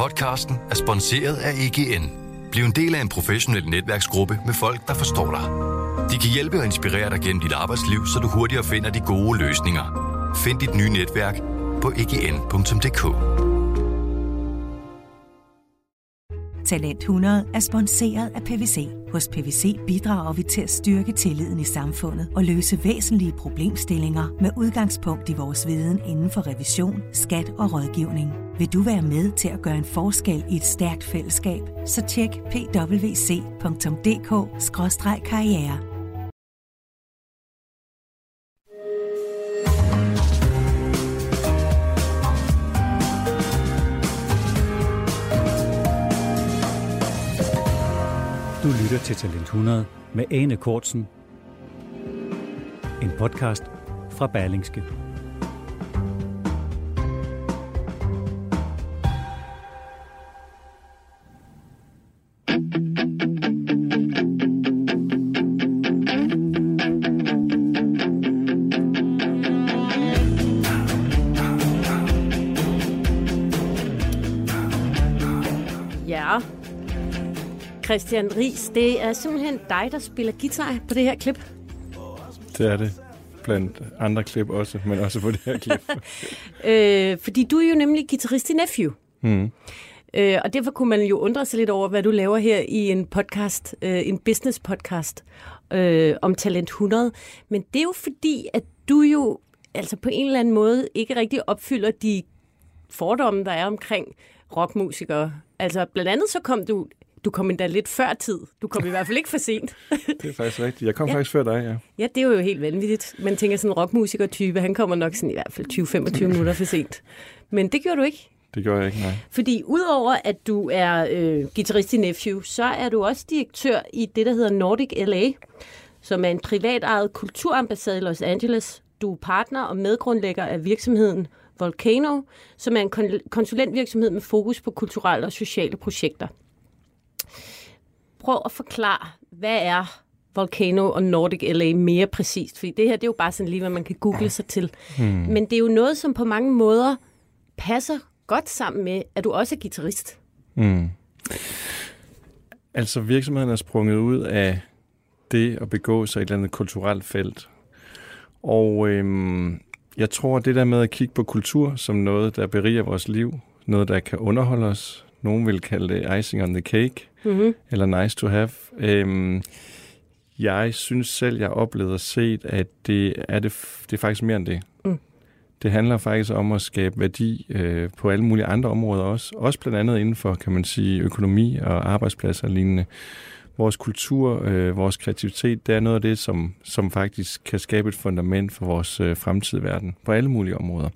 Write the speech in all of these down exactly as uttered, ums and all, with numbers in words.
Podcasten er sponsoreret af E G N. Bliv en del af en professionel netværksgruppe med folk, der forstår dig. De kan hjælpe og inspirere dig gennem dit arbejdsliv, så du hurtigere finder de gode løsninger. Find dit nye netværk på e g n punktum d k. Talent hundrede er sponsoreret af P V C. Hos P V C bidrager vi til at styrke tilliden i samfundet og løse væsentlige problemstillinger med udgangspunkt i vores viden inden for revision, skat og rådgivning. Vil du være med til at gøre en forskel i et stærkt fællesskab, så tjek p w c punktum d k skråstreg karriere. Du lytter til Talent hundrede med Ane Cortzen. En podcast fra Berlingske. Ja. Christian Riis, det er simpelthen dig, der spiller guitar på det her klip. Det er det. Blandt andre klip også, men også på det her klip. øh, fordi du er jo nemlig guitarist i Nephew. Mm. Øh, og derfor kunne man jo undre sig lidt over, hvad du laver her i en podcast, øh, en business podcast øh, om Talent hundrede. Men det er jo fordi, at du jo altså på en eller anden måde ikke rigtig opfylder de fordomme, der er omkring rockmusikere. Altså blandt andet så kom du... Du kom endda lidt før tid. Du kom i hvert fald ikke for sent. Det er faktisk rigtigt. Jeg kom ja. faktisk før dig, ja. Ja, det er jo helt vanvittigt. Man tænker sådan en rockmusiker-type, han kommer nok sådan i hvert fald tyve til femogtyve minutter for sent. Men det gjorde du ikke. Det gjorde jeg ikke, nej. Fordi udover at du er øh, guitarist i Nephew, så er du også direktør i det, der hedder Nordic L A, som er en privatejet kulturambassade i Los Angeles. Du er partner og medgrundlægger af virksomheden Volcano, som er en konsulentvirksomhed med fokus på kulturelle og sociale projekter. Prøv at forklare, hvad er Volcano og Nordic L A mere præcist? Fordi det her, det er jo bare sådan lige, hvad man kan google sig til. Hmm. Men det er jo noget, som på mange måder passer godt sammen med, at du også er guitarist. Hmm. Altså, virksomheden er sprunget ud af det at begå sig i et eller andet kulturelt felt. Og øhm, jeg tror, det der med at kigge på kultur som noget, der beriger vores liv, noget, der kan underholde os, nogen vil kalde det icing on the cake, mm-hmm. eller nice to have. Øhm, jeg synes selv, jeg har oplevet og set, at det er, det, det er faktisk mere end det. Mm. Det handler faktisk om at skabe værdi øh, på alle mulige andre områder også. Også blandt andet inden for, kan man sige, økonomi og arbejdspladser og lignende. Vores kultur, øh, vores kreativitet, det er noget af det, som, som faktisk kan skabe et fundament for vores øh, fremtidige verden på alle mulige områder.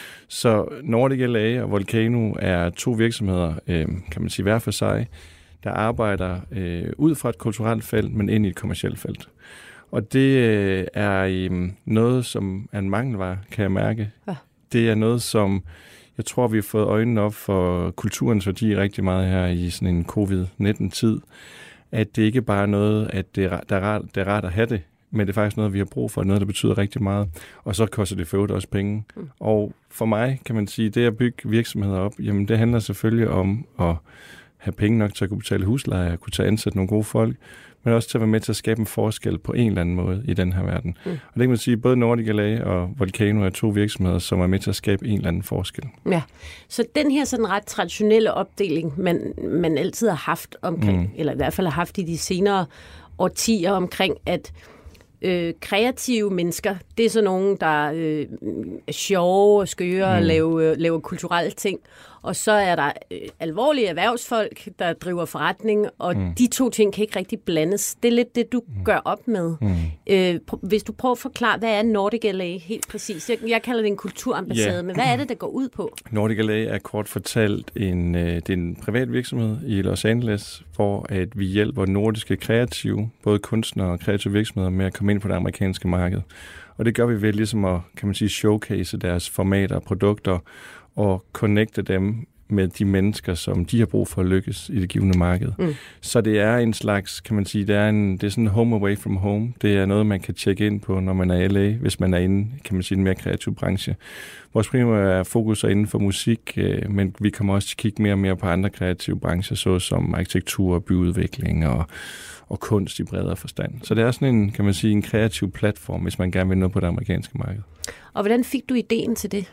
Så Nordic L A og Volcano er to virksomheder, øh, kan man sige hver for sig, der arbejder øh, ud fra et kulturelt felt, men ind i et kommercielt felt. Og det øh, er øh, noget, som er en mangelvare, kan jeg mærke. Ja. Det er noget, som jeg tror, vi har fået øjnene op for kulturens værdi rigtig meget her i sådan en covid nitten-tid. At det ikke bare er noget, at det er, der er rart, det er rart at have det, men det er faktisk noget, vi har brug for, noget, der betyder rigtig meget. Og så koster det for øvrigt også penge. Mm. Og for mig, kan man sige, det at bygge virksomheder op, jamen det handler selvfølgelig om at have penge nok til at kunne betale husleje, at kunne tage ansat nogle gode folk, men også til at være med til at skabe en forskel på en eller anden måde i den her verden. Mm. Og det kan man sige, både Nordic L A og Volcano er to virksomheder, som er med til at skabe en eller anden forskel. Ja, så den her sådan ret traditionelle opdeling, man, man altid har haft omkring, mm. eller i hvert fald har haft i de senere årtier omkring, at Øh, kreative mennesker, det er så nogen, der øh, er sjove og skøre og mm. laver, laver kulturelle ting. Og så er der øh, alvorlige erhvervsfolk, der driver forretning, og mm. de to ting kan ikke rigtig blandes. Det er lidt det, du mm. gør op med. Mm. Øh, hvis du prøver at forklare, hvad er Nordic L A helt præcis? Jeg, jeg kalder det en kulturambassade, yeah. men hvad er det, der går ud på? Nordic L A er kort fortalt en, øh, det er en privat virksomhed i Los Angeles, hvor at vi hjælper nordiske kreative, både kunstnere og kreative virksomheder, med at komme ind på det amerikanske marked. Og det gør vi ved ligesom at, kan man sige, showcase deres formater og produkter, og connecte dem med de mennesker, som de har brug for at lykkes i det givende marked. Mm. Så det er en slags, kan man sige, det er, en, det er sådan home away from home. Det er noget, man kan tjekke ind på, når man er i L A, hvis man er inde, kan man sige, en mere kreativ branche. Vores primære fokus er inden for musik, men vi kommer også til at kigge mere og mere på andre kreative brancher, såsom arkitektur, byudvikling og, og kunst i bredere forstand. Så det er sådan en, kan man sige, en kreativ platform, hvis man gerne vil noget på det amerikanske marked. Og hvordan fik du ideen til det?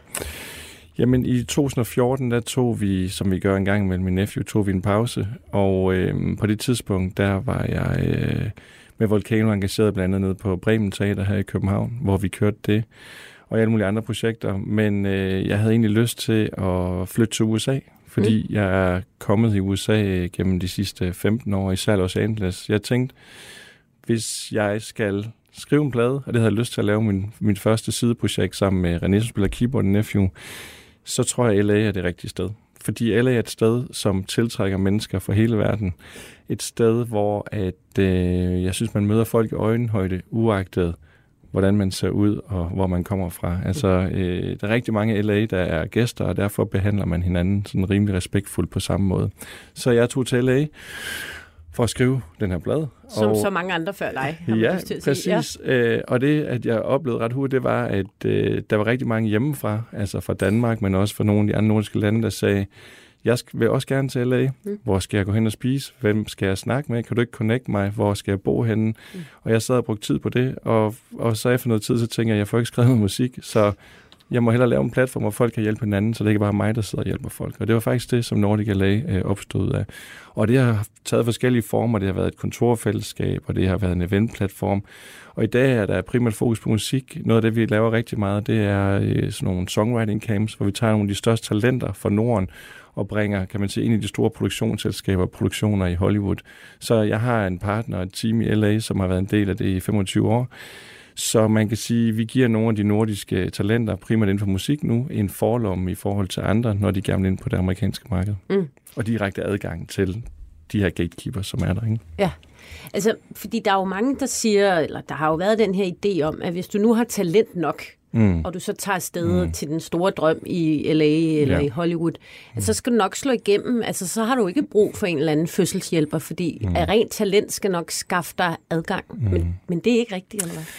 Jamen i to tusind og fjorten, der tog vi, som vi gør en gang med min nephew, tog vi en pause. Og øh, på det tidspunkt, der var jeg øh, med Volcano engageret blandt andet nede på Bremen Teater her i København, hvor vi kørte det. Og alle mulige andre projekter. Men øh, jeg havde egentlig lyst til at flytte til U S A, fordi mm. jeg er kommet i U S A gennem de sidste femten år, især Los Angeles. Jeg tænkte, hvis jeg skal skrive en plade, og det havde jeg lyst til at lave min, min første sideprojekt sammen med René, som spiller keyboard og nephew, så tror jeg, at L A er det rigtige sted. Fordi L A er et sted, som tiltrækker mennesker fra hele verden. Et sted, hvor at, øh, jeg synes, man møder folk i øjenhøjde, uagtet hvordan man ser ud og hvor man kommer fra. Altså, øh, der er rigtig mange i L A, der er gæster, og derfor behandler man hinanden sådan rimelig respektfuldt på samme måde. Så jeg tog til L A for at skrive den her plade. Som og, så mange andre før dig, har ja, man lyst til at sige. sige. Ja, øh, og det, at jeg oplevede ret hurtigt, det var, at øh, der var rigtig mange hjemmefra, altså fra Danmark, men også fra nogle af de andre nordiske lande, der sagde, jeg vil også gerne til L A. Mm. Hvor skal jeg gå hen og spise? Hvem skal jeg snakke med? Kan du ikke connecte mig? Hvor skal jeg bo henne? Mm. Og jeg sad og brugte tid på det, og, og så efter noget tid, så tænker jeg, jeg får ikke skrevet noget musik, så jeg må hellere lave en platform, hvor folk kan hjælpe hinanden, så det ikke bare er mig, der sidder og hjælper folk. Og det var faktisk det, som Nordic L A øh, opstod af. Og det har taget forskellige former. Det har været et kontorfællesskab, og det har været en eventplatform. Og i dag er der primært fokus på musik. Noget af det, vi laver rigtig meget, det er øh, sådan nogle songwriting camps, hvor vi tager nogle af de største talenter fra Norden, og bringer, kan man sige, ind i de store produktionsselskaber, produktioner i Hollywood. Så jeg har en partner, et team i L A, som har været en del af det i femogtyve år. Så man kan sige, at vi giver nogle af de nordiske talenter, primært inden for musik nu, en forlomme i forhold til andre, når de gerne vil ind på det amerikanske marked. Mm. Og direkte adgang til de her gatekeepers, som er der, ikke? Ja, altså, fordi der er jo mange, der siger, eller der har jo været den her idé om, at hvis du nu har talent nok, Mm. og du så tager afsted mm. til den store drøm i L A eller ja. i Hollywood, mm. så skal du nok slå igennem. Altså, så har du ikke brug for en eller anden fødselshjælper, fordi mm. af rent talent skal nok skaffe dig adgang. Mm. Men, men det er ikke rigtigt, eller hvad?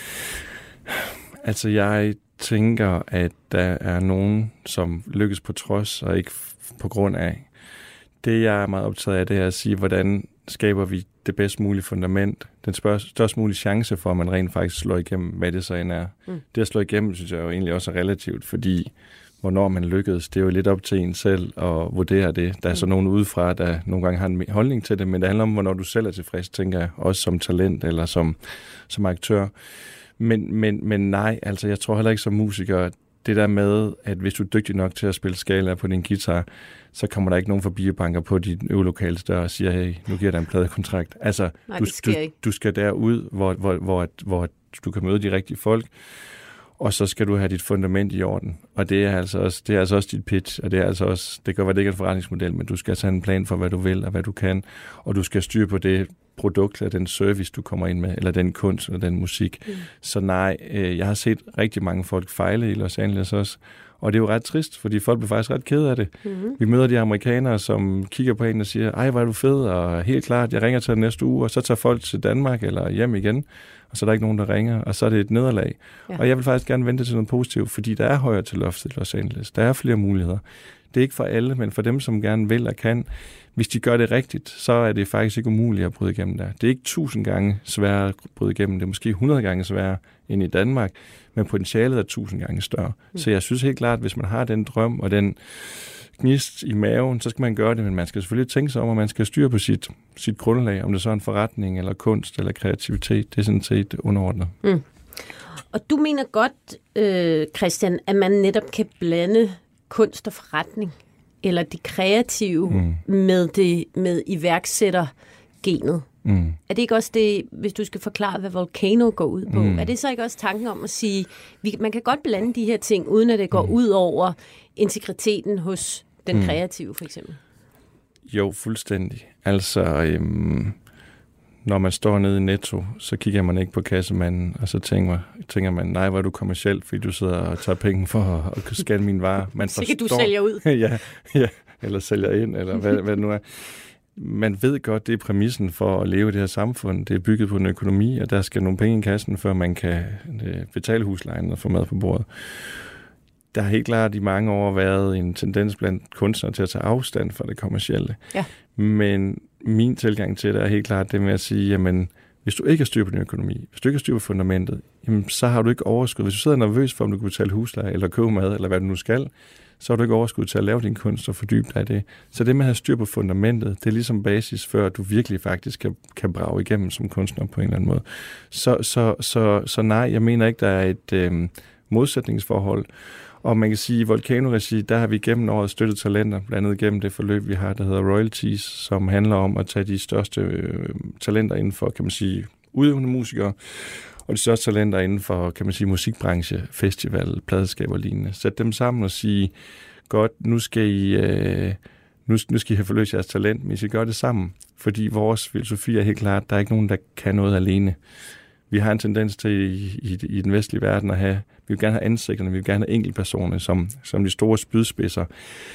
Altså, jeg tænker, at der er nogen, som lykkes på trods og ikke på grund af. Det, jeg er meget optaget af, det er at sige, hvordan skaber vi det bedst mulige fundament, den størst mulige chance for, at man rent faktisk slår igennem, hvad det så end er. Mm. Det at slå igennem, synes jeg jo egentlig også er relativt, fordi hvornår man lykkedes, det er jo lidt op til en selv at vurdere det. Der er mm. så nogen udefra, der nogle gange har en holdning til det, men det handler om, hvornår du selv er tilfreds, tænker jeg, også som talent eller som, som aktør. Men, men, men nej, altså jeg tror heller ikke som musiker, det der med, at hvis du er dygtig nok til at spille skala på din guitar, så kommer der ikke nogen forbi og banker på din øvelokale dør og siger, hey, nu giver jeg dig en pladekontrakt. Altså, nej, du, du, du skal derud, hvor, hvor, hvor, hvor du kan møde de rigtige folk, og så skal du have dit fundament i orden. Og det er altså også, det er altså også dit pitch, og det er altså også, det kan være, det ikke er en forretningsmodel, men du skal have en plan for, hvad du vil og hvad du kan, og du skal styre på det produkt eller den service, du kommer ind med, eller den kunst eller den musik. Mm. Så nej, øh, jeg har set rigtig mange folk fejle i Los Angeles også, og det er jo ret trist, fordi folk bliver faktisk ret kede af det. Mm-hmm. Vi møder de amerikanere, som kigger på en og siger, ej, hvor er du fed, og helt klart, jeg ringer til dig næste uge, og så tager folk til Danmark eller hjem igen, og så er der ikke nogen, der ringer, og så er det et nederlag. Ja. Og jeg vil faktisk gerne vente til noget positivt, fordi der er højere til loftet i Los Angeles. Der er flere muligheder. Det er ikke for alle, men for dem, som gerne vil og kan. Hvis de gør det rigtigt, så er det faktisk ikke umuligt at bryde igennem der. Det er ikke tusind gange sværere at bryde igennem. Det er måske hundrede gange sværere end i Danmark, men potentialet er tusind gange større. Mm. Så jeg synes helt klart, at hvis man har den drøm og den gnist i maven, så skal man gøre det, men man skal selvfølgelig tænke sig om, at man skal styre på sit, sit grundlag, om det så er en forretning, eller kunst, eller kreativitet. Det er sådan set underordnet. Mm. Og du mener godt, øh, Christian, at man netop kan blande kunst og forretning, eller det kreative mm. med, det, med iværksættergenet. Mm. Er det ikke også det, hvis du skal forklare, hvad Volcano går ud på? Mm. Er det så ikke også tanken om at sige, vi, man kan godt blande de her ting, uden at det går mm. ud over integriteten hos den kreative, for eksempel? Jo, fuldstændig. Altså, øhm, når man står nede i Netto, så kigger man ikke på kassemanden, og så tænker, tænker man, nej, hvor er du kommercielt, fordi du sidder og tager penge for at, at scanne mine varer. Man Sikkert du sælger ud. ja, ja, eller sælger ind, eller hvad, hvad det nu er. Man ved godt, det er præmissen for at leve i det her samfund. Det er bygget på en økonomi, og der skal nogle penge i kassen, før man kan betale huslejen og få mad på bordet. Der har helt klart i mange år været en tendens blandt kunstnere til at tage afstand fra det kommercielle. Ja. Men min tilgang til det er helt klart det med at sige, jamen, hvis du ikke har styr på din økonomi, hvis du ikke har styr på fundamentet, jamen, så har du ikke overskud. Hvis du sidder nervøs for, om du kan betale husleje, eller købe mad, eller hvad du nu skal, så har du ikke overskud til at lave din kunst og fordybe dig i det. Så det med at have styr på fundamentet, det er ligesom basis, før du virkelig faktisk kan, kan brage igennem som kunstner på en eller anden måde. Så, så, så, så nej, jeg mener ikke, der er et øh, modsætningsforhold. Og man kan sige, at i Volcano-regi, der har vi gennem året støttet talenter, blandt andet gennem det forløb, vi har, der hedder Royalties, som handler om at tage de største øh, talenter inden for, kan man sige, udøvende musikere, og de største talenter inden for, kan man sige, musikbranche, festival, pladeskab og lignende. Sæt dem sammen og sige, godt, nu skal I, øh, nu, nu skal I have forløst jeres talent, men I skal gøre det sammen, fordi vores filosofi er helt klart, der er ikke nogen, der kan noget alene. Vi har en tendens til i, i, i den vestlige verden at have, vi vil gerne have ansigterne, vi vil gerne have enkeltpersoner som, som de store spydspidser.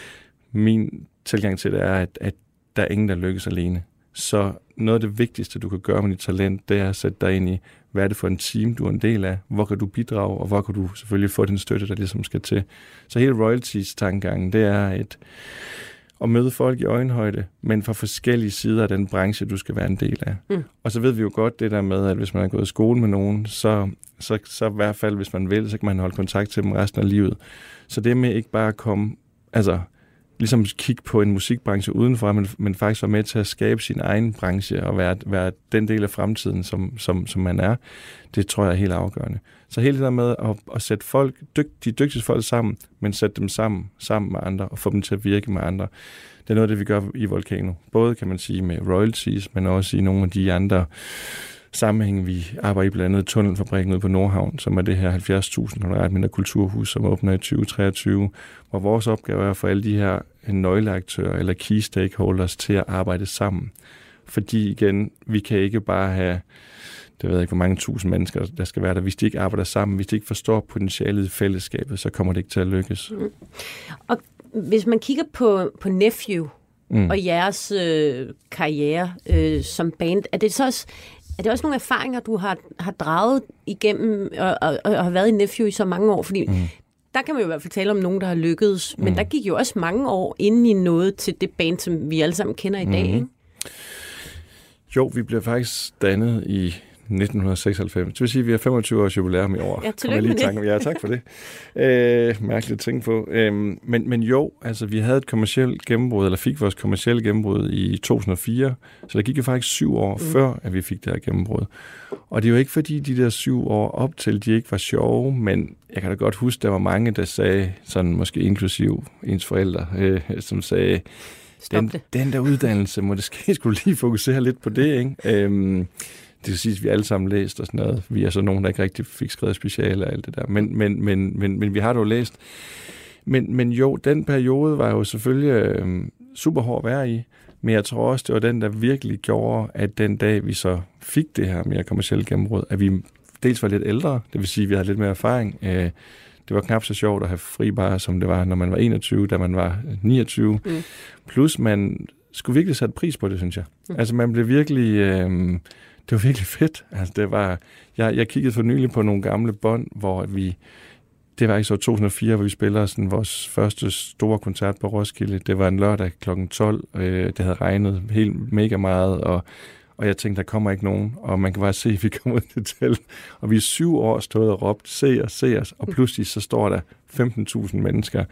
Min tilgang til det er, at, at der er ingen, der lykkes alene. Så noget af det vigtigste, du kan gøre med dit talent, det er at sætte dig ind i, hvad er det for en team, du er en del af, hvor kan du bidrage, og hvor kan du selvfølgelig få den støtte, der ligesom skal til. Så hele royalties-tankegangen, det er et, at møde folk i øjenhøjde, men fra forskellige sider af den branche, du skal være en del af. Mm. Og så ved vi jo godt det der med, at hvis man har gået i skole med nogen, så, så, så i hvert fald, hvis man vil, så kan man holde kontakt til dem resten af livet. Så det med ikke bare at komme, altså ligesom kigge på en musikbranche udenfor, men, men faktisk være med til at skabe sin egen branche og være, være den del af fremtiden, som, som, som man er, det tror jeg er helt afgørende. Så hele det der med at, at sætte folk, dygt, de dygtigste folk sammen, men sætte dem sammen, sammen med andre og få dem til at virke med andre. Det er noget af det, vi gør i Volcano. Både kan man sige med royalties, men også i nogle af de andre sammenhæng, vi arbejder i blandt andet Tunnelfabrikken ude på Nordhavn, som er det her halvfjerds tusind kvadratmeter kulturhus, som åbner i tyve treogtyve, hvor vores opgave er at få alle de her nøgleaktører eller key stakeholders til at arbejde sammen. Fordi igen, vi kan ikke bare have, det ved jeg ikke, hvor mange tusind mennesker, der skal være der. Hvis de ikke arbejder sammen, hvis de ikke forstår potentialet i fællesskabet, så kommer det ikke til at lykkes. Mm. Og hvis man kigger på, på Nephew mm. og jeres øh, karriere øh, som band, er det så også Er det også nogle erfaringer, du har, har draget igennem og, og, og har været i Nephew i så mange år? Fordi mm. der kan man jo i hvert fald tale om nogen, der har lykkedes, men mm. der gik jo også mange år inden i noget til det band, som vi alle sammen kender i dag, mm. ikke? Jo, vi blev faktisk dannet i nitten seksoghalvfems. Det vil sige, at vi har femogtyve års jubilæum i år. Ja, tillykke med det. Ja, tak for det. Øh, mærkeligt at tænke på. Øh, men, men jo, altså vi havde et kommercielt gennembrud, eller fik vores kommercielle gennembrud i to tusind og fire, så der gik jo faktisk syv år mm. før, at vi fik det her gennembrud. Og det er jo ikke fordi, de der syv år op til, de ikke var sjove, men jeg kan da godt huske, der var mange, der sagde, sådan måske inklusiv ens forældre, øh, som sagde, den, den der uddannelse, må det ske, skulle lige fokusere lidt på det, ikke? Øh, Det vil sige, at vi alle sammen læst og sådan noget. Vi er så nogen, der ikke rigtig fik skrevet speciale og alt det der. Men, men, men, men, men vi har dog læst. Men, men jo, den periode var jo selvfølgelig øh, super hård at være i. Men jeg tror også, det var den, der virkelig gjorde, at den dag, vi så fik det her mere kommercielle gennembrud, at vi dels var lidt ældre. Det vil sige, at vi havde lidt mere erfaring. Øh, det var knap så sjovt at have fri bare, som det var, når man var enogtyve, da man var niogtyve. Mm. Plus man skulle virkelig sætte pris på det, synes jeg. Mm. Altså man blev virkelig... Øh, Det var virkelig fedt. Altså, det var, jeg, jeg kiggede for nylig på nogle gamle bånd, hvor vi, det var ikke så to tusind og fire, hvor vi spillede sådan vores første store koncert på Roskilde. Det var en lørdag klokken tolv. Øh, det havde regnet helt mega meget, og, og jeg tænkte, der kommer ikke nogen. Og man kan bare se, at vi kommer ud til telt. Og vi er syv år stået og råbt, se os, se os. Og pludselig så står der femten tusind mennesker.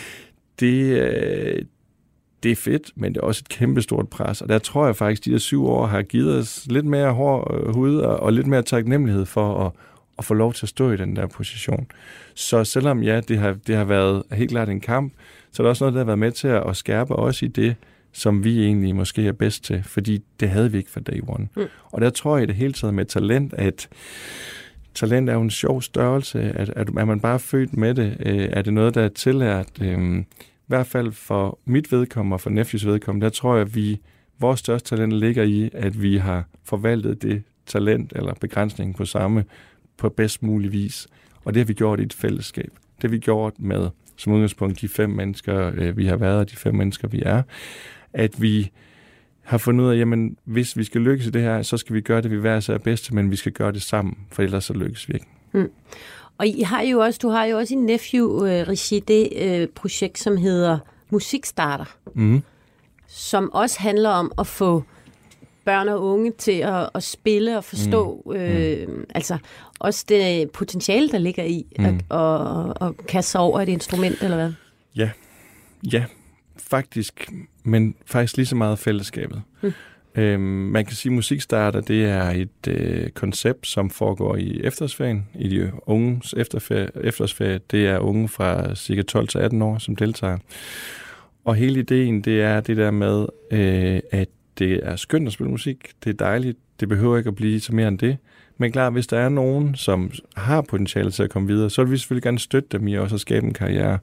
Det, øh, Det er fedt, men det er også et kæmpestort pres. Og der tror jeg faktisk, at de der syv år har givet os lidt mere hård hud og, og lidt mere taknemmelighed for at, at få lov til at stå i den der position. Så selvom ja, det har, det har været helt klart en kamp, så er der også noget, der har været med til at skærpe os i det, som vi egentlig måske er bedst til. Fordi det havde vi ikke fra day one. Mm. Og der tror jeg i det hele taget med talent, at talent er jo en sjov størrelse. At, at er man bare født med det? Er det noget, der er tillært? Øh, I hvert fald for mit vedkommende og for Nephews vedkommende, der tror jeg, at vi, vores største talent ligger i, at vi har forvaltet det talent eller begrænsningen på samme på bedst mulig vis. Og det har vi gjort i et fællesskab. Det har vi gjort med som udgangspunkt de fem mennesker, øh, vi har været, og de fem mennesker, vi er, at vi har fundet ud af, jamen, hvis vi skal lykkes i det her, så skal vi gøre det, vi hver er bedste, men vi skal gøre det sammen, for ellers så lykkes vi ikke. Mm. Og I har jo også, du har jo også i Nephew-regi det øh, projekt, som hedder Musikstarter, mm. som også handler om at få børn og unge til at, at spille og forstå, mm. øh, altså også det potentiale, der ligger i mm. at, at, at, at kaste sig over et instrument, eller hvad? Ja, ja, faktisk, men faktisk lige så meget fællesskabet. Mm. Øhm, man kan sige, at Musikstarter, det er et øh, koncept, som foregår i efterårsferien, i de unges efterferie, efterårsferie. Det er unge fra cirka tolv til atten år, som deltager. Og hele ideen, det er det der med, øh, at det er skønt at spille musik. Det er dejligt. Det behøver ikke at blive så mere end det. Men klart, hvis der er nogen, som har potentiale til at komme videre, så vil vi selvfølgelig gerne støtte dem i også at skabe en karriere.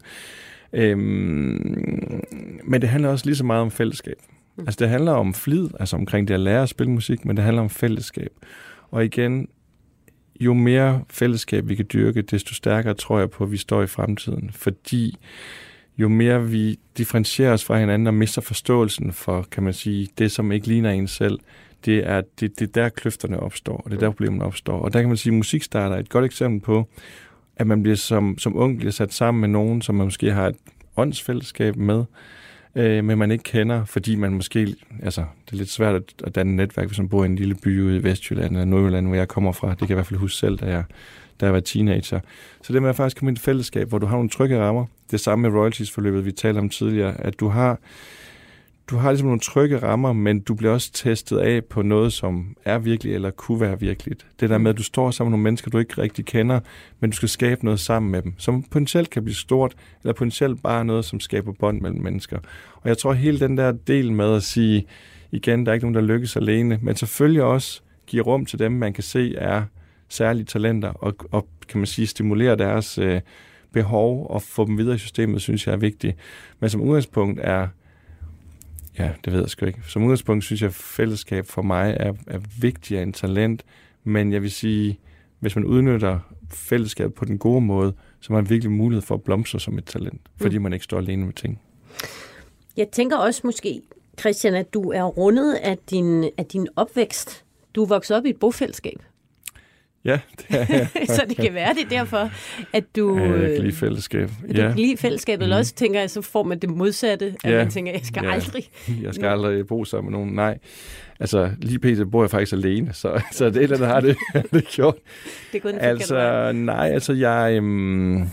Øhm, men det handler også lige så meget om fællesskab. Altså det handler om flid, altså omkring det at lære at spille musik, men det handler om fællesskab. Og igen, jo mere fællesskab vi kan dyrke, desto stærkere tror jeg på, at vi står i fremtiden. Fordi jo mere vi differentierer os fra hinanden og mister forståelsen for, kan man sige, det som ikke ligner en selv, det er det, det der kløfterne opstår, og det er der problemerne opstår. Og der kan man sige, at Musikstarter er et godt eksempel på, at man bliver som, som ung bliver sat sammen med nogen, som man måske har et åndsfællesskab med, øh, men man ikke kender, fordi man måske, altså det er lidt svært at, at danne netværk, hvis man bor i en lille by ude i Vestjylland eller Nordjylland, hvor jeg kommer fra. Det kan jeg i hvert fald huske selv, da jeg, da jeg var teenager. Så det med at faktisk komme ind i et fællesskab, hvor du har nogle trygge rammer, det samme med royalties-forløbet, vi talte om tidligere, at du har Du har ligesom nogle trygge rammer, men du bliver også testet af på noget, som er virkelig eller kunne være virkeligt. Det der med, at du står sammen med nogle mennesker, du ikke rigtig kender, men du skal skabe noget sammen med dem, som potentielt kan blive stort, eller potentielt bare noget, som skaber bånd mellem mennesker. Og jeg tror, hele den der del med at sige, igen, der er ikke nogen, der lykkes alene, men selvfølgelig også give rum til dem, man kan se er særlige talenter, og, og kan man sige, stimulere deres øh, behov og få dem videre i systemet, synes jeg er vigtigt. Men som udgangspunkt er Ja, det ved jeg sgu ikke. Som udgangspunkt synes jeg, at fællesskab for mig er, er vigtigere end talent, men jeg vil sige, hvis man udnytter fællesskab på den gode måde, så har man virkelig mulighed for at blomstre som et talent, fordi mm. man ikke står alene med ting. Jeg tænker også måske, Christian, at du er rundet af din, af din opvækst. Du er vokset op i et bofællesskab. Ja, det er jeg. Så det kan være det derfor, at du... Ja, jeg kan lide fællesskab. Du ja. kan lide fællesskabet, mm. eller også tænker jeg, så får man det modsatte, at ja. man tænker, jeg skal ja. aldrig... Jeg skal aldrig bo sammen med nogen. Nej, altså lige pt. Bor jeg faktisk alene, så, så det er der, der har det, det gjort. Det er gået den altså, nej, altså jeg... Um,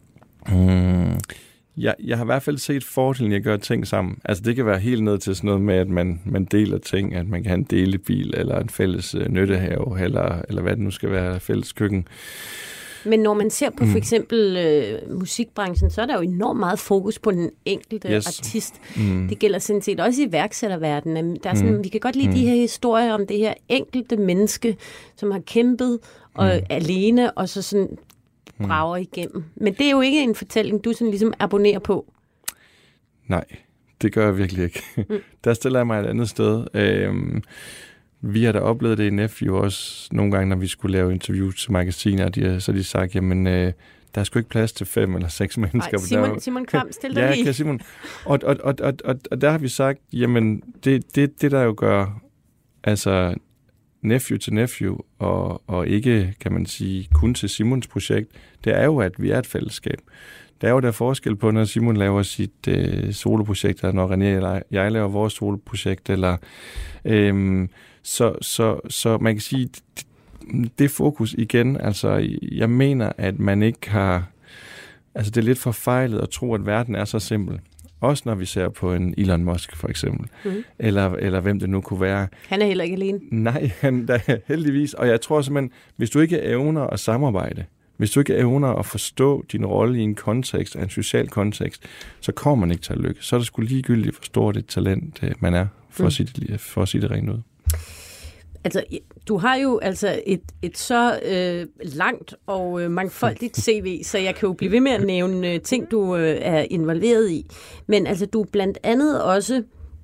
um, Jeg, jeg har i hvert fald set fordelen i at gøre ting sammen. Altså det kan være helt ned til sådan noget med, at man, man deler ting, at man kan have en delebil, eller en fælles øh, nyttehave, eller, eller hvad det nu skal være, fælles køkken. Men når man ser på for eksempel øh, musikbranchen, så er der jo enormt meget fokus på den enkelte yes. artist. Mm. Det gælder sådan set også i iværksætterverdenen. Der er sådan, mm. Vi kan godt lide mm. de her historier om det her enkelte menneske, som har kæmpet og, mm. alene, og så sådan... brager igennem. Men det er jo ikke en fortælling, du sådan ligesom abonnerer på. Nej, det gør jeg virkelig ikke. Mm. Der stiller jeg mig et andet sted. Øhm, vi har da oplevet det i Nephew også nogle gange, når vi skulle lave interviews til magasiner, de, så de sagt, jamen, øh, der er sgu ikke plads til fem eller seks mennesker. Nej, Simon, der, Simon Kvam, stil dig ja, lige. Ja, Simon. Og, og, og, og, og, og der har vi sagt, jamen, det, det, det der jo gør, altså, Nephew til Nephew, og, og ikke, kan man sige, kun til Simons projekt, det er jo, at vi er et fællesskab. Der er jo der forskel på, når Simon laver sit øh, soloprojekt, eller når René eller jeg laver vores soloprojekt, eller øhm, så, så, så man kan sige, det, det fokus igen, altså jeg mener, at man ikke har, altså det er lidt forfejlet at tro, at verden er så simpel. Også når vi ser på en Elon Musk, for eksempel. Mm. Eller, eller hvem det nu kunne være. Han er heller ikke alene. Nej, han er heldigvis. Og jeg tror simpelthen, hvis du ikke evner at samarbejde, hvis du ikke evner at forstå din rolle i en kontekst, en social kontekst, så kommer man ikke til at lykkes. Så er det sgu ligegyldigt, hvor stort et talent man er, for, mm. at, sige det, for at sige det rent ud. Altså, du har jo altså et, et så øh, langt og øh, mangfoldigt C V, så jeg kan jo blive ved med at nævne øh, ting, du øh, er involveret i. Men altså, du er blandt andet også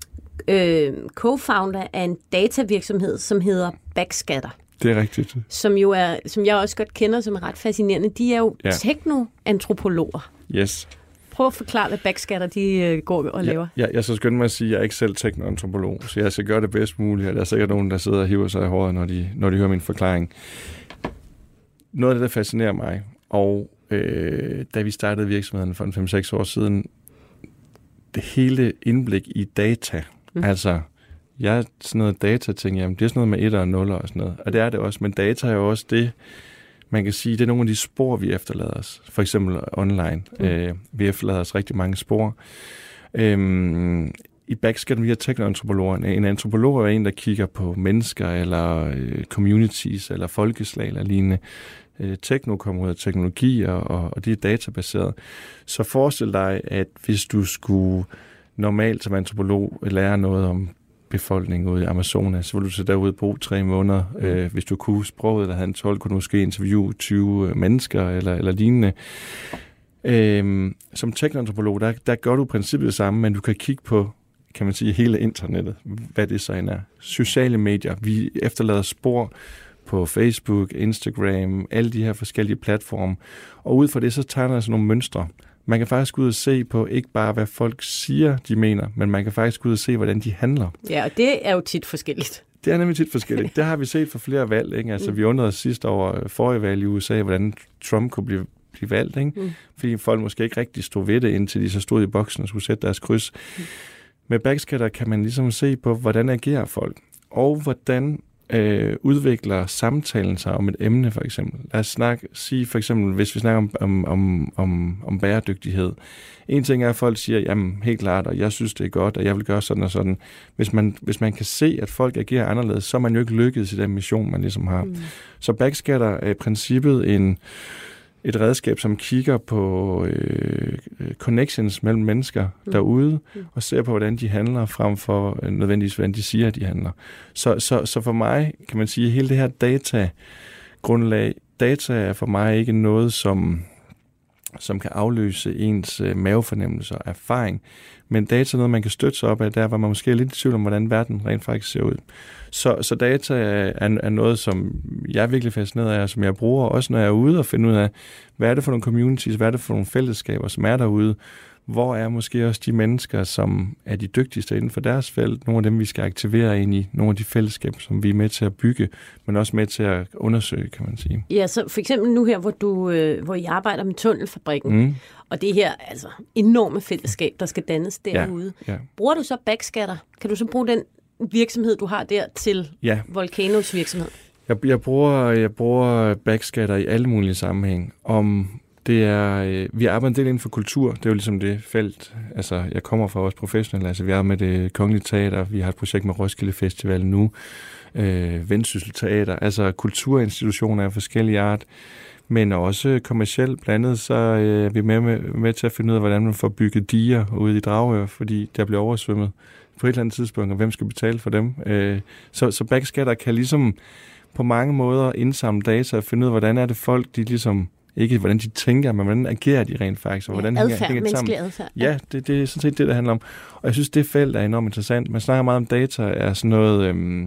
øh, co-founder af en datavirksomhed, som hedder Backscatter. Det er rigtigt. Som jo er, som jeg også godt kender, som er ret fascinerende. De er jo ja. teknoantropologer. Yes. prøv at forklare, hvad backscatter de øh, går og laver. Ja, jeg, jeg så skynder mig at sige, at jeg er ikke selv teknoantropolog, så jeg skal gøre det bedst muligt, og der er sikkert nogen, der sidder og hiver sig i håret, når de, når de hører min forklaring. Noget af det, der fascinerer mig, og øh, da vi startede virksomheden for fem seks år siden, det hele indblik i data, mm. altså, jeg er sådan noget data-ting, jamen det er sådan noget med etter og nuller og sådan noget, og det er det også, men data er jo også det, man kan sige, det er nogle af de spor, vi efterlader os, for eksempel online. Mm. Øh, vi efterlader os rigtig mange spor. Øhm, I backscatter vi har teknoantropologerne. En antropolog er en, der kigger på mennesker, eller øh, communities, eller folkeslag, eller lignende. Øh, tekno kommer ud af teknologi, og, og det er databaseret. Så forestil dig, at hvis du skulle normalt som antropolog lære noget om befolkningen ude i Amazonas, så ville du så derude bo tre måneder. Mm. Øh, hvis du kunne sproget, eller havde en tolk, kunne du måske interviewe tyve mennesker, eller, eller lignende. Øh, som teknoantropolog, der, der gør du i princippet det samme, men du kan kigge på, kan man sige, hele internettet, hvad det så end er. Sociale medier, vi efterlader spor på Facebook, Instagram, alle de her forskellige platforme, og ud fra det, så tegner der sådan nogle mønstre. Man kan faktisk gå ud og se på ikke bare, hvad folk siger, de mener, men man kan faktisk gå ud og se, hvordan de handler. Ja, og det er jo tit forskelligt. Det er nemlig tit forskelligt. Det har vi set for flere valg. Ikke? Altså, mm. vi undrede os sidste over forrige valg i U S A, hvordan Trump kunne blive, blive valgt. Ikke? Mm. Fordi folk måske ikke rigtig stod ved det, indtil de så stod i boksen og skulle sætte deres kryds. Mm. Med backscatter kan man ligesom se på, hvordan agerer folk, og hvordan øh, udvikler samtalen sig om et emne, for eksempel. Lad os snakke, sige for eksempel, hvis vi snakker om, om, om, om, om bæredygtighed. En ting er, at folk siger, jamen helt klart, og jeg synes, det er godt, og jeg vil gøre sådan og sådan. Hvis man, hvis man kan se, at folk agerer anderledes, så er man jo ikke lykkedes i den mission, man ligesom har. Mm. Så backscatter er i princippet en et redskab, som kigger på øh, connections mellem mennesker mm. derude, mm. og ser på, hvordan de handler, frem for øh, nødvendigvis, hvordan de siger, at de handler. Så, så, så for mig, kan man sige, hele det her data-grundlag, data er for mig ikke noget, som, som kan afløse ens øh, mavefornemmelse og erfaring, men data er noget, man kan støtte sig op af, der hvor man måske er lidt i tvivl om, hvordan verden rent faktisk ser ud. Så, så data er, er noget, som jeg er virkelig fascineret af, og som jeg bruger, også når jeg er ude og finde ud af, hvad er det for nogle communities, hvad er det for nogle fællesskaber, som er derude, hvor er måske også de mennesker, som er de dygtigste inden for deres felt, nogle af dem, vi skal aktivere ind i, nogle af de fællesskaber, som vi er med til at bygge, men også med til at undersøge, kan man sige. Ja, så for eksempel nu her, hvor, du, øh, hvor I arbejder med Tunnelfabrikken, mm. og det her altså enorme fællesskab, der skal dannes derude. Ja, ja. Bruger du så backscatter? Kan du så bruge den virksomhed, du har der, til ja. Volcanos virksomhed? Jeg, jeg, bruger, jeg bruger backscatter i alle mulige sammenhæng. Om det er, vi arbejder en del inden for kultur, det er jo ligesom det felt, altså jeg kommer fra os professionelle, altså vi arbejder med Det Kongelige Teater, vi har et projekt med Roskilde Festival nu, øh, Vendsyssel Teater, altså kulturinstitutioner af forskellige art, men også kommercielt blandet, så øh, er vi med, med, med til at finde ud af, hvordan man får bygget diger ude i Dragør, fordi der bliver oversvømmet på et eller andet tidspunkt, og hvem skal betale for dem. Øh, så, så backscatter kan ligesom på mange måder indsamle data og finde ud af, hvordan er det folk, de ligesom ikke hvordan de tænker, men hvordan agerer de rent faktisk, og hvordan ja, adfærd, hænger det sammen. Adfærd. Ja, det, det er sådan set det, der handler om. Og jeg synes, det felt er enormt interessant. Man snakker meget om data, er sådan noget, øhm,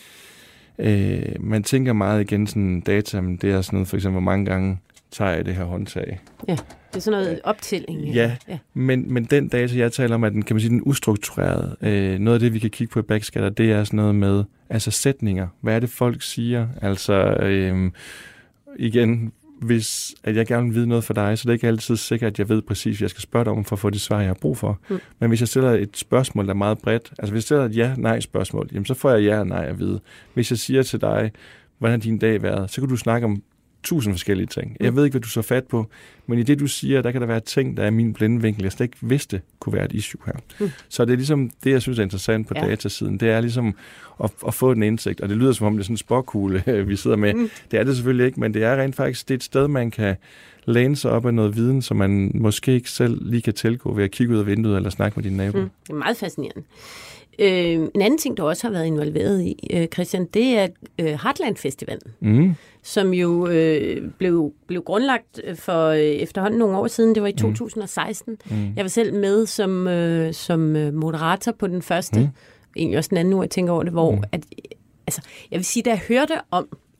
øh, man tænker meget igen sådan data, men det er sådan noget, for eksempel, hvor mange gange tager jeg det her håndtag. Ja, det er sådan noget optælling. Ja, ja. Men, men den data, jeg taler om, er den, kan man sige, den ustrukturerede. Øh, noget af det, vi kan kigge på i backscatter, det er sådan noget med, altså sætninger. Hvad er det, folk siger? Altså, øh, igen, hvis at jeg gerne vil vide noget for dig, så det er ikke altid sikkert, at jeg ved præcis, hvad jeg skal spørge dig om, for at få det svar, jeg har brug for. Mm. Men hvis jeg stiller et spørgsmål, der er meget bredt, altså hvis jeg stiller et ja-nej-spørgsmål, jamen så får jeg ja og nej at vide. Hvis jeg siger til dig, hvordan har din dag været, så kan du snakke om tusind forskellige ting. Jeg ved ikke, hvad du så fat på, men i det, du siger, der kan der være ting, der er min blinde vinkel, jeg slet ikke vidste, kunne være et issue her. Mm. Så det er ligesom det, jeg synes er interessant på ja. datasiden. Det er ligesom at, at få en indsigt, og det lyder som om, det er sådan en spåkugle, vi sidder med. Mm. Det er det selvfølgelig ikke, men det er rent faktisk det er et sted, man kan læne sig op af noget viden, som man måske ikke selv lige kan tilgå ved at kigge ud af vinduet eller snakke med dine naboer. Mm. Det er meget fascinerende. Øh, en anden ting, du også har været involveret i, øh, Christian, det er øh, Heartland Festivalen, mm. som jo øh, blev, blev grundlagt for øh, efterhånden nogle år siden. Det var i to tusind og seksten. Mm. Jeg var selv med som, øh, som moderator på den første, mm. egentlig også den anden uge, jeg tænker over det, hvor mm. at, altså, jeg vil sige, da jeg hørte om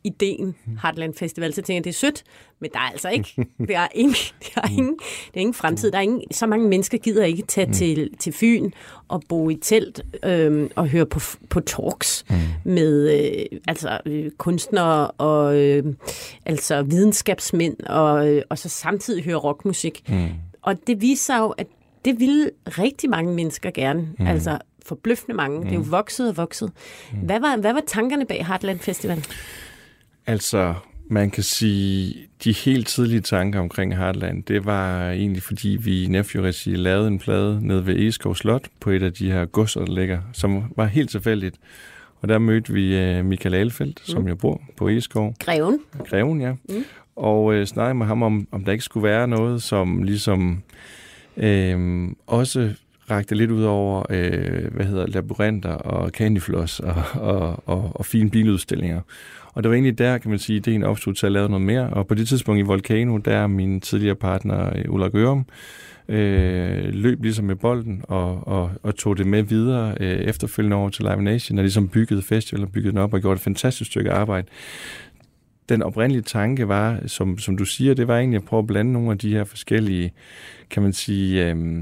ideen Heartland Festival, så tænker jeg, det er sødt, men der er altså ikke, der er ingen, der er ingen, der er ingen fremtid. Der er ingen, så mange mennesker gider ikke tage til, til Fyn og bo i telt øh, og høre på, på talks mm. med øh, altså, øh, kunstnere og øh, altså videnskabsmænd, og, øh, og så samtidig høre rockmusik. Mm. Og det viser sig jo, at det ville rigtig mange mennesker gerne, mm. altså forbløffende mange. Mm. Det er jo vokset og vokset. Mm. Hvad var, hvad var tankerne bag Heartland Festival? Altså, man kan sige, de helt tidlige tanker omkring Heartland, det var egentlig, fordi vi i Nephew-regi lavede en plade nede ved Egeskov Slot på et af de her godser, der ligger, som var helt tilfældigt. Og der mødte vi Michael Ahlfeldt, mm. som jeg bor på Egeskov. Greven. Greven, ja. Mm. Og øh, snakkede med ham om, om der ikke skulle være noget, som ligesom øh, også rakte lidt ud over, øh, hvad hedder labyrinter og candyfloss og, og, og, og fine biludstillinger. Og det var egentlig der, kan man sige, ideen opstod til at lave noget mere. Og på det tidspunkt i Volcano, der er min tidligere partner Ulla Gørum, øh, løb ligesom med bolden og, og, og tog det med videre øh, efterfølgende over til Live Nation, og ligesom byggede festivalen og byggede den op og gjorde et fantastisk stykke arbejde. Den oprindelige tanke var, som, som du siger, det var egentlig at prøve at blande nogle af de her forskellige, kan man sige, øh,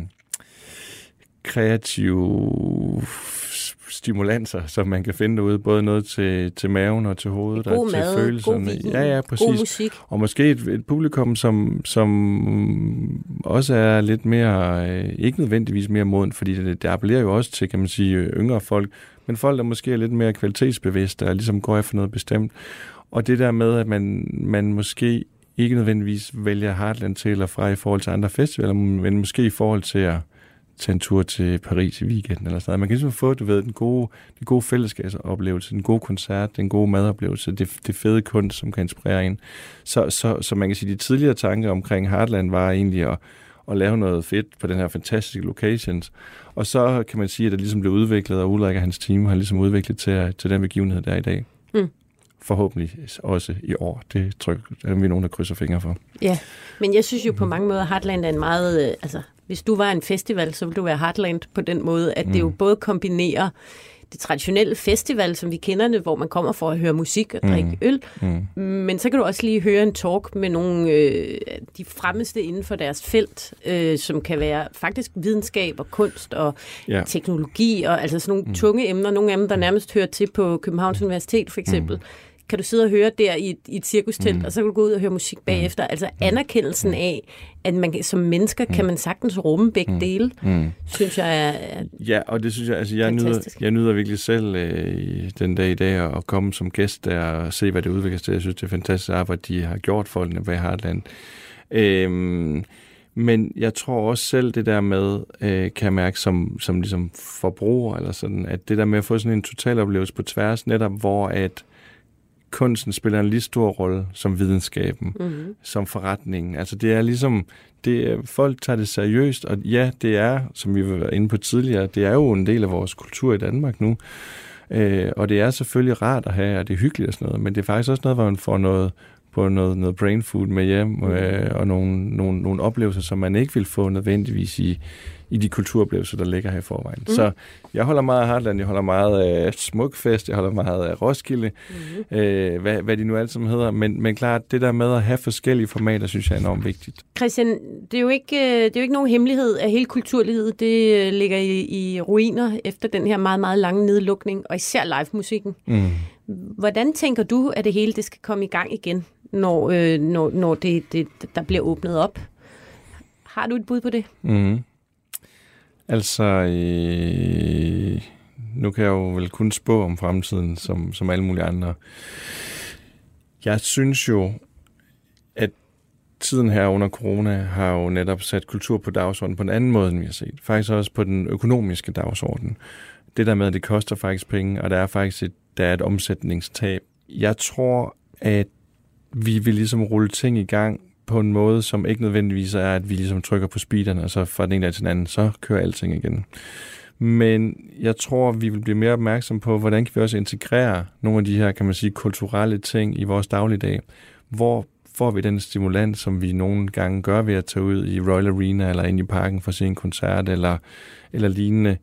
kreative stimulanser, som man kan finde derude, både noget til, til maven og til hovedet og til mad, følelserne. God vin, ja, ja, præcis. God musik. Og måske et, et publikum, som, som også er lidt mere, øh, ikke nødvendigvis mere moden, fordi det, det appellerer jo også til, kan man sige, yngre folk, men folk, der måske er lidt mere kvalitetsbevidste og ligesom går efter noget bestemt. Og det der med, at man, man måske ikke nødvendigvis vælger Heartland til eller fra i forhold til andre festivaler, men måske i forhold til at tage en tur til Paris i weekenden eller sådan noget. Man kan ligesom få, du ved, den gode, den gode fællesskabsoplevelse, den gode koncert, den gode madoplevelse, det, det fede kunst, som kan inspirere en. Så, så, så man kan sige, de tidligere tanker omkring Heartland var egentlig at, at lave noget fedt på den her fantastiske locations. Og så kan man sige, at det ligesom blev udviklet, og Ulrik og hans team har ligesom udviklet til, til den begivenhed, der er i dag. Mm. Forhåbentlig også i år. Det tror jeg, er vi nogen, der krydser fingre for. Ja, men jeg synes jo på mange måder, Heartland er en meget... Øh, altså, hvis du var en festival, så ville du være Heartland på den måde, at mm. det jo både kombinerer det traditionelle festival, som vi kender det, hvor man kommer for at høre musik og drikke mm. øl, mm. men så kan du også lige høre en talk med nogle øh, de fremmeste inden for deres felt, øh, som kan være faktisk videnskab og kunst og yeah. teknologi, og altså sådan nogle mm. tunge emner, nogle af dem, der nærmest hører til på Københavns Universitet for eksempel. Mm. Kan du sidde og høre der i et, i et cirkustelt, mm. og så kan du gå ud og høre musik bagefter. Altså anerkendelsen af, at man som mennesker mm. kan man sagtens rumme begge dele, mm. synes jeg er, er ja, og det synes jeg, altså jeg nyder, jeg nyder virkelig selv øh, den dag i dag at komme som gæst der og se, hvad det udvikler sig. Jeg synes, det er fantastisk arbejde, de har gjort folkene bag Heartland. Øhm, men jeg tror også selv det der med, øh, kan jeg mærke som, som ligesom forbruger, eller sådan, at det der med at få sådan en total oplevelse på tværs, netop hvor at kunsten spiller en lige stor rolle som videnskaben, mm-hmm. som forretningen. Altså det er ligesom, det er, folk tager det seriøst, og ja, det er, som vi var inde på tidligere, det er jo en del af vores kultur i Danmark nu, øh, og det er selvfølgelig rart at have, og det er hyggeligt og sådan noget, men det er faktisk også noget, hvor man får noget på noget, noget brain food med hjem, øh, og nogle, nogle, nogle oplevelser, som man ikke vil få nødvendigvis i, i de kulturoplevelser, der ligger her i forvejen. Mm. Så jeg holder meget af Heartland, jeg holder meget af Smukfest, jeg holder meget af Roskilde, mm. øh, hvad, hvad de nu alle sammen hedder, men, men klart, det der med at have forskellige formater, synes jeg er enormt vigtigt. Christian, det er jo ikke, det er jo ikke nogen hemmelighed, at hele kulturlivet, det ligger i, i ruiner efter den her meget, meget lange nedlukning, og især live-musikken. Mm. Hvordan tænker du, at det hele det skal komme i gang igen, når, øh, når, når det, det, der bliver åbnet op? Har du et bud på det? Mm. Altså, øh, nu kan jeg jo vel kun spå om fremtiden, som, som alle mulige andre. Jeg synes jo, at tiden her under corona har jo netop sat kultur på dagsordenen på en anden måde, end vi har set. Faktisk også på den økonomiske dagsorden. Det der med, at det koster faktisk penge, og der er faktisk et, der er et omsætningstab. Jeg tror, at vi vil ligesom rulle ting i gang på en måde, som ikke nødvendigvis er, at vi ligesom trykker på speederen, og så fra den ene dag til den anden, så kører alting igen. Men jeg tror, vi vil blive mere opmærksom på, hvordan kan vi også integrere nogle af de her, kan man sige, kulturelle ting i vores dagligdag. Hvor får vi den stimulans, som vi nogle gange gør ved at tage ud i Royal Arena, eller ind i parken for at se en koncert, eller, eller lignende.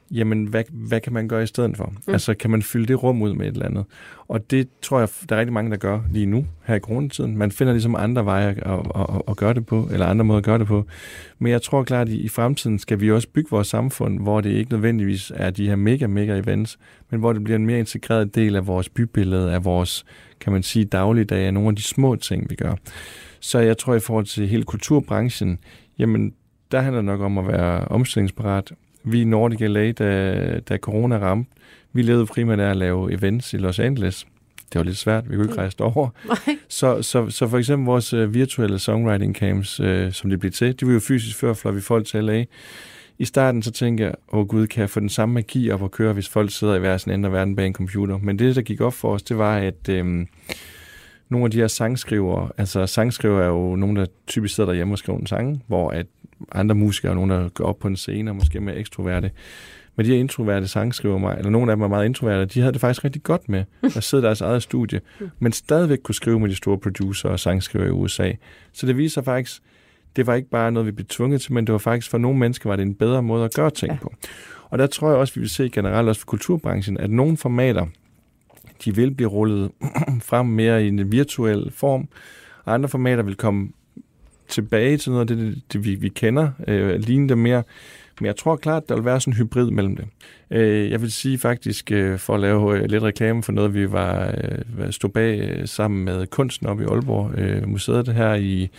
jamen, hvad, hvad kan man gøre i stedet for? Mm. Altså, kan man fylde det rum ud med et eller andet? Og det tror jeg, der er rigtig mange, der gør lige nu, her i coronatiden. Man finder ligesom andre veje at, at, at, at gøre det på, eller andre måder at gøre det på. Men jeg tror klart, at i fremtiden skal vi også bygge vores samfund, hvor det ikke nødvendigvis er de her mega, mega events, men hvor det bliver en mere integreret del af vores bybillede, af vores, kan man sige, dagligdag, af nogle af de små ting, vi gør. Så jeg tror, i forhold til hele kulturbranchen, jamen, der handler det nok om at være omstillingsparat. Vi i Nordic L A, da, da corona ramte, vi levede primært af at lave events i Los Angeles. Det var lidt svært, vi kunne ikke rejse over. Så, så, så for eksempel vores uh, virtuelle songwriting camps, uh, som det blev til, de var jo fysisk før, fløj vi folk til L A. I starten så tænkte jeg, åh oh, gud, kan jeg få den samme magi op at køre, hvis folk sidder i hver sin ende af verden bag en computer. Men det, der gik op for os, det var, at øhm, nogle af de her sangskrivere, altså sangskrivere er jo nogen, der typisk sidder derhjemme og skriver en sang, hvor at andre musikere er nogen, der går op på en scene og måske er mere ekstroverte. Men de her introverte sangskriver mig, eller nogle af dem er meget introverte, de havde det faktisk rigtig godt med at sidde i deres eget studie, men stadigvæk kunne skrive med de store producer og sangskriver i U S A. Så det viser faktisk, det var ikke bare noget, vi blev tvunget til, men det var faktisk for nogle mennesker var det en bedre måde at gøre ting på. Og der tror jeg også, vi vil se generelt også for kulturbranchen, at nogle formater, de vil blive rullet frem mere i en virtuel form, og andre formater vil komme tilbage til noget af det, det vi, vi kender, øh, ligne det mere. Men jeg tror klart, der vil være sådan en hybrid mellem det. Øh, jeg vil sige faktisk, øh, for at lave øh, lidt reklame for noget, vi var øh, stod bag øh, sammen med kunsten oppe i Aalborg øh, Museet her i,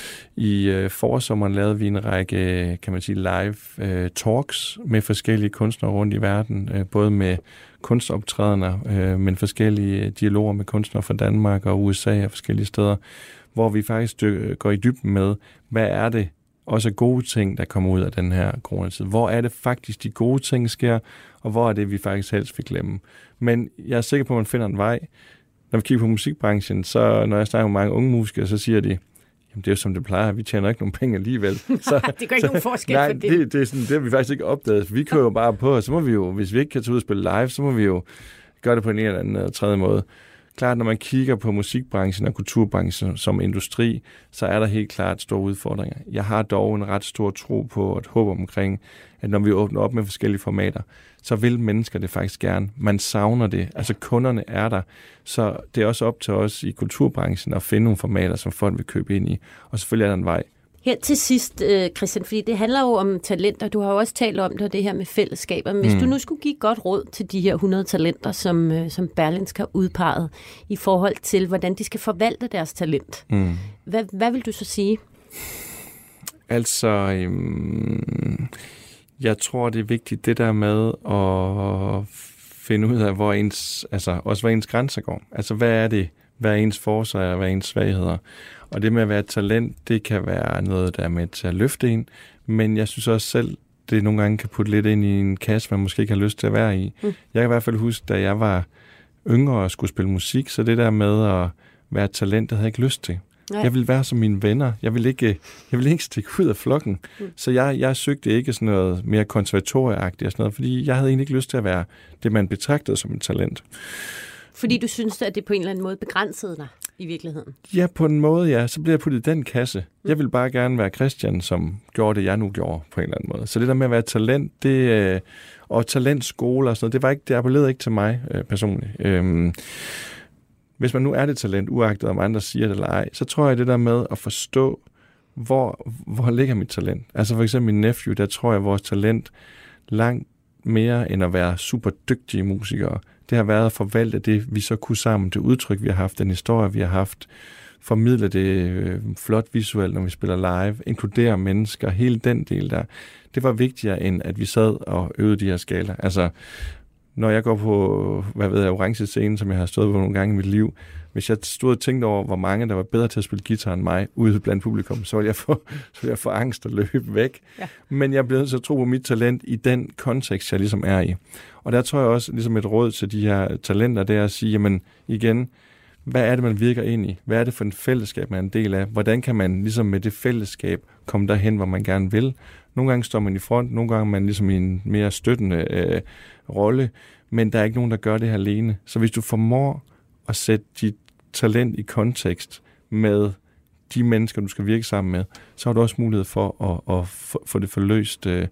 i øh, forsommeren, lavede vi en række, kan man sige, live øh, talks med forskellige kunstnere rundt i verden, øh, både med kunstoptrædener, øh, men forskellige dialoger med kunstnere fra Danmark og U S A og forskellige steder, hvor vi faktisk dyk, går i dybden med, hvad er det, også gode ting, der kommer ud af den her coronatid. Hvor er det faktisk, de gode ting sker, og hvor er det, vi faktisk helst vil glemme. Men jeg er sikker på, at man finder en vej. Når vi kigger på musikbranchen, så når jeg snakker med mange unge musikere, så siger de, jamen det er jo som det plejer, vi tjener ikke nogen penge alligevel. Så, det gør ikke så, nogen forskel nej, for det. det, det, er sådan, det har vi faktisk ikke opdaget. Vi kører jo bare på, og så må vi jo, hvis vi ikke kan tage ud og spille live, så må vi jo gøre det på en eller anden eller tredje måde. Klart, når man kigger på musikbranchen og kulturbranchen som industri, så er der helt klart store udfordringer. Jeg har dog en ret stor tro på og et håb omkring, at når vi åbner op med forskellige formater, så vil mennesker det faktisk gerne. Man savner det. Altså kunderne er der. Så det er også op til os i kulturbranchen at finde nogle formater, som folk vil købe ind i. Og selvfølgelig er der en vej. Her til sidst, Christian, fordi det handler jo om talenter. Du har jo også talt om det, det her med fællesskaber. Men hvis mm. du nu skulle give godt råd til de her hundrede talenter, som, som Berlingske har udpeget, i forhold til, hvordan de skal forvalte deres talent, mm. hvad, hvad vil du så sige? Altså, øhm, jeg tror, det er vigtigt det der med at finde ud af, hvor ens, altså også hvor ens grænser går. Altså, hvad er det? Hvad er ens forsøg og hvad er ens svagheder? Og det med at være et talent, det kan være noget, der er med til at løfte en, men jeg synes også selv, det nogle gange kan putte lidt ind i en kasse, man måske ikke har lyst til at være i. Mm. Jeg kan i hvert fald huske, da jeg var yngre og skulle spille musik, så det der med at være et talent, det havde jeg ikke lyst til. Nej. Jeg ville være som mine venner. Jeg ville ikke, jeg ville ikke stikke ud af flokken. Mm. Så jeg, jeg søgte ikke sådan noget mere konservatorieagtigt og sådan noget, fordi jeg havde egentlig ikke lyst til at være det, man betragtede som et talent. Fordi du synes, at det på en eller anden måde begrænsede dig i virkeligheden? Ja, på en måde, ja. Så bliver jeg puttet i den kasse. Jeg vil bare gerne være Christian, som gjorde det, jeg nu gjorde på en eller anden måde. Så det der med at være talent, det, og talentskole og sådan noget, det, var ikke, det appellerede ikke til mig øh, personligt. Øhm, hvis man nu er det talent, uagtet om andre siger det eller ej, så tror jeg det der med at forstå, hvor, hvor ligger mit talent. Altså for eksempel min nephew, der tror jeg, at vores talent langt mere end at være super dygtige musikere, det har været at forvalte det, vi så kunne sammen, det udtryk, vi har haft, den historie, vi har haft, formidle det øh, flot visuelt, når vi spiller live, inkludere mennesker, hele den del der. Det var vigtigere, end at vi sad og øvede de her skala. Altså, når jeg går på, hvad ved jeg, orange scene, som jeg har stået på nogle gange i mit liv, hvis jeg stod og tænkte over, hvor mange, der var bedre til at spille guitar end mig, ude blandt publikum, så ville jeg få, så ville jeg få angst og løbe væk. Ja. Men jeg blev nødt til at tro på mit talent i den kontekst, jeg ligesom er i. Og der tror jeg også, ligesom et råd til de her talenter, det er at sige, jamen igen, hvad er det, man virker ind i? Hvad er det for en fællesskab, man er en del af? Hvordan kan man ligesom med det fællesskab komme derhen, hvor man gerne vil? Nogle gange står man i front, nogle gange er man ligesom i en mere støttende øh, rolle, men der er ikke nogen, der gør det her alene. Så hvis du formår at sætte dit talent i kontekst med de mennesker, du skal virke sammen med, så har du også mulighed for at, at få det forløst øh,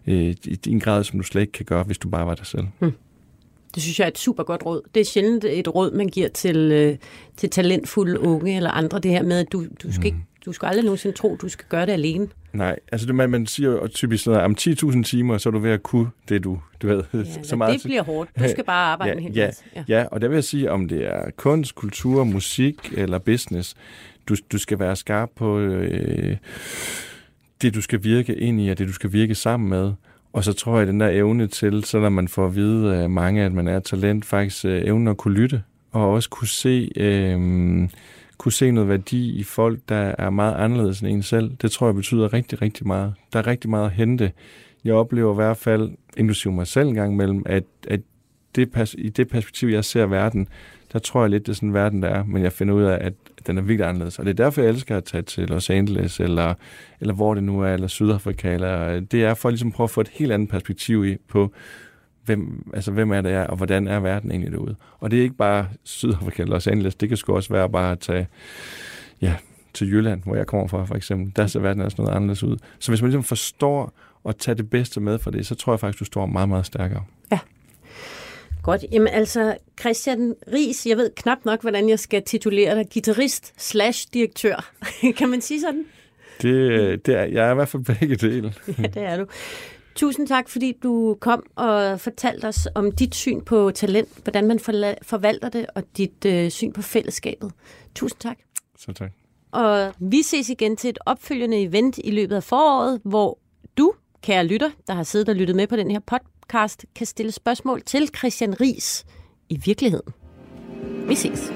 øh, i din grad, som du slet ikke kan gøre, hvis du bare var dig selv. Hmm. Det synes jeg er et super godt råd. Det er sjældent et råd, man giver til, øh, til talentfulde unge eller andre, det her med, at du, du, skal, ikke, du skal aldrig nogensinde tro, du skal gøre det alene. Nej, altså det, man, man siger jo typisk sådan noget, om ti tusind timer, så er du ved at kunne det, du, du ved. Ja, så meget. Det bliver hårdt. Du skal bare arbejde ja, en hel ja, masse. Ja. ja, og der vil jeg sige, om det er kunst, kultur, musik eller business, du, du skal være skarp på øh, det, du skal virke ind i, og det, du skal virke sammen med. Og så tror jeg, den der evne til, så når man får at vide af mange, at man er talent, faktisk øh, evnen at kunne lytte, og også kunne se, øh, kunne se noget værdi i folk, der er meget anderledes end en selv. Det tror jeg betyder rigtig, rigtig meget. Der er rigtig meget at hente. Jeg oplever i hvert fald, inklusive mig selv en gang imellem, at, at det, i det perspektiv, jeg ser verden, der tror jeg lidt, det er sådan en verden, der er, men jeg finder ud af, at den er virkelig anderledes. Og det er derfor, jeg elsker at tage til Los Angeles, eller, eller hvor det nu er, eller Sydafrika. Eller, det er for at ligesom prøve at få et helt andet perspektiv i på, hvem, altså, hvem er det er, og hvordan er verden egentlig derude. Og det er ikke bare Sydafrika eller Los Angeles, det kan sgu også være bare at tage ja, til Jylland, hvor jeg kommer fra, for eksempel. Der ser verden også noget anderledes ud. Så hvis man ligesom forstår at tage det bedste med for det, så tror jeg faktisk, du står meget, meget stærkere. Ja. Godt. Jamen altså, Christian Riis, jeg ved knap nok, hvordan jeg skal titulere dig. Guitarist slash direktør. Kan man sige sådan? Det, det er, jeg er i hvert fald begge dele. Ja, det er du. Tusind tak, fordi du kom og fortalte os om dit syn på talent, hvordan man forvalter det, og dit øh, syn på fællesskabet. Tusind tak. Så tak. Og vi ses igen til et opfølgende event i løbet af foråret, hvor du, kære lytter, der har siddet og lyttet med på den her podcast, kan stille spørgsmål til Christian Riis i virkeligheden. Vi ses.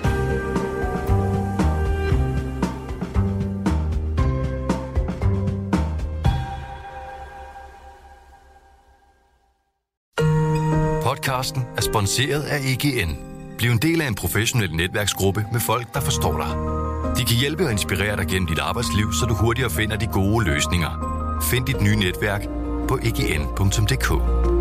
Podcasten er sponsoreret af E G N. Bliv en del af en professionel netværksgruppe med folk, der forstår dig. De kan hjælpe og inspirere dig gennem dit arbejdsliv, så du hurtigere finder de gode løsninger. Find dit nye netværk på e g n punktum d k.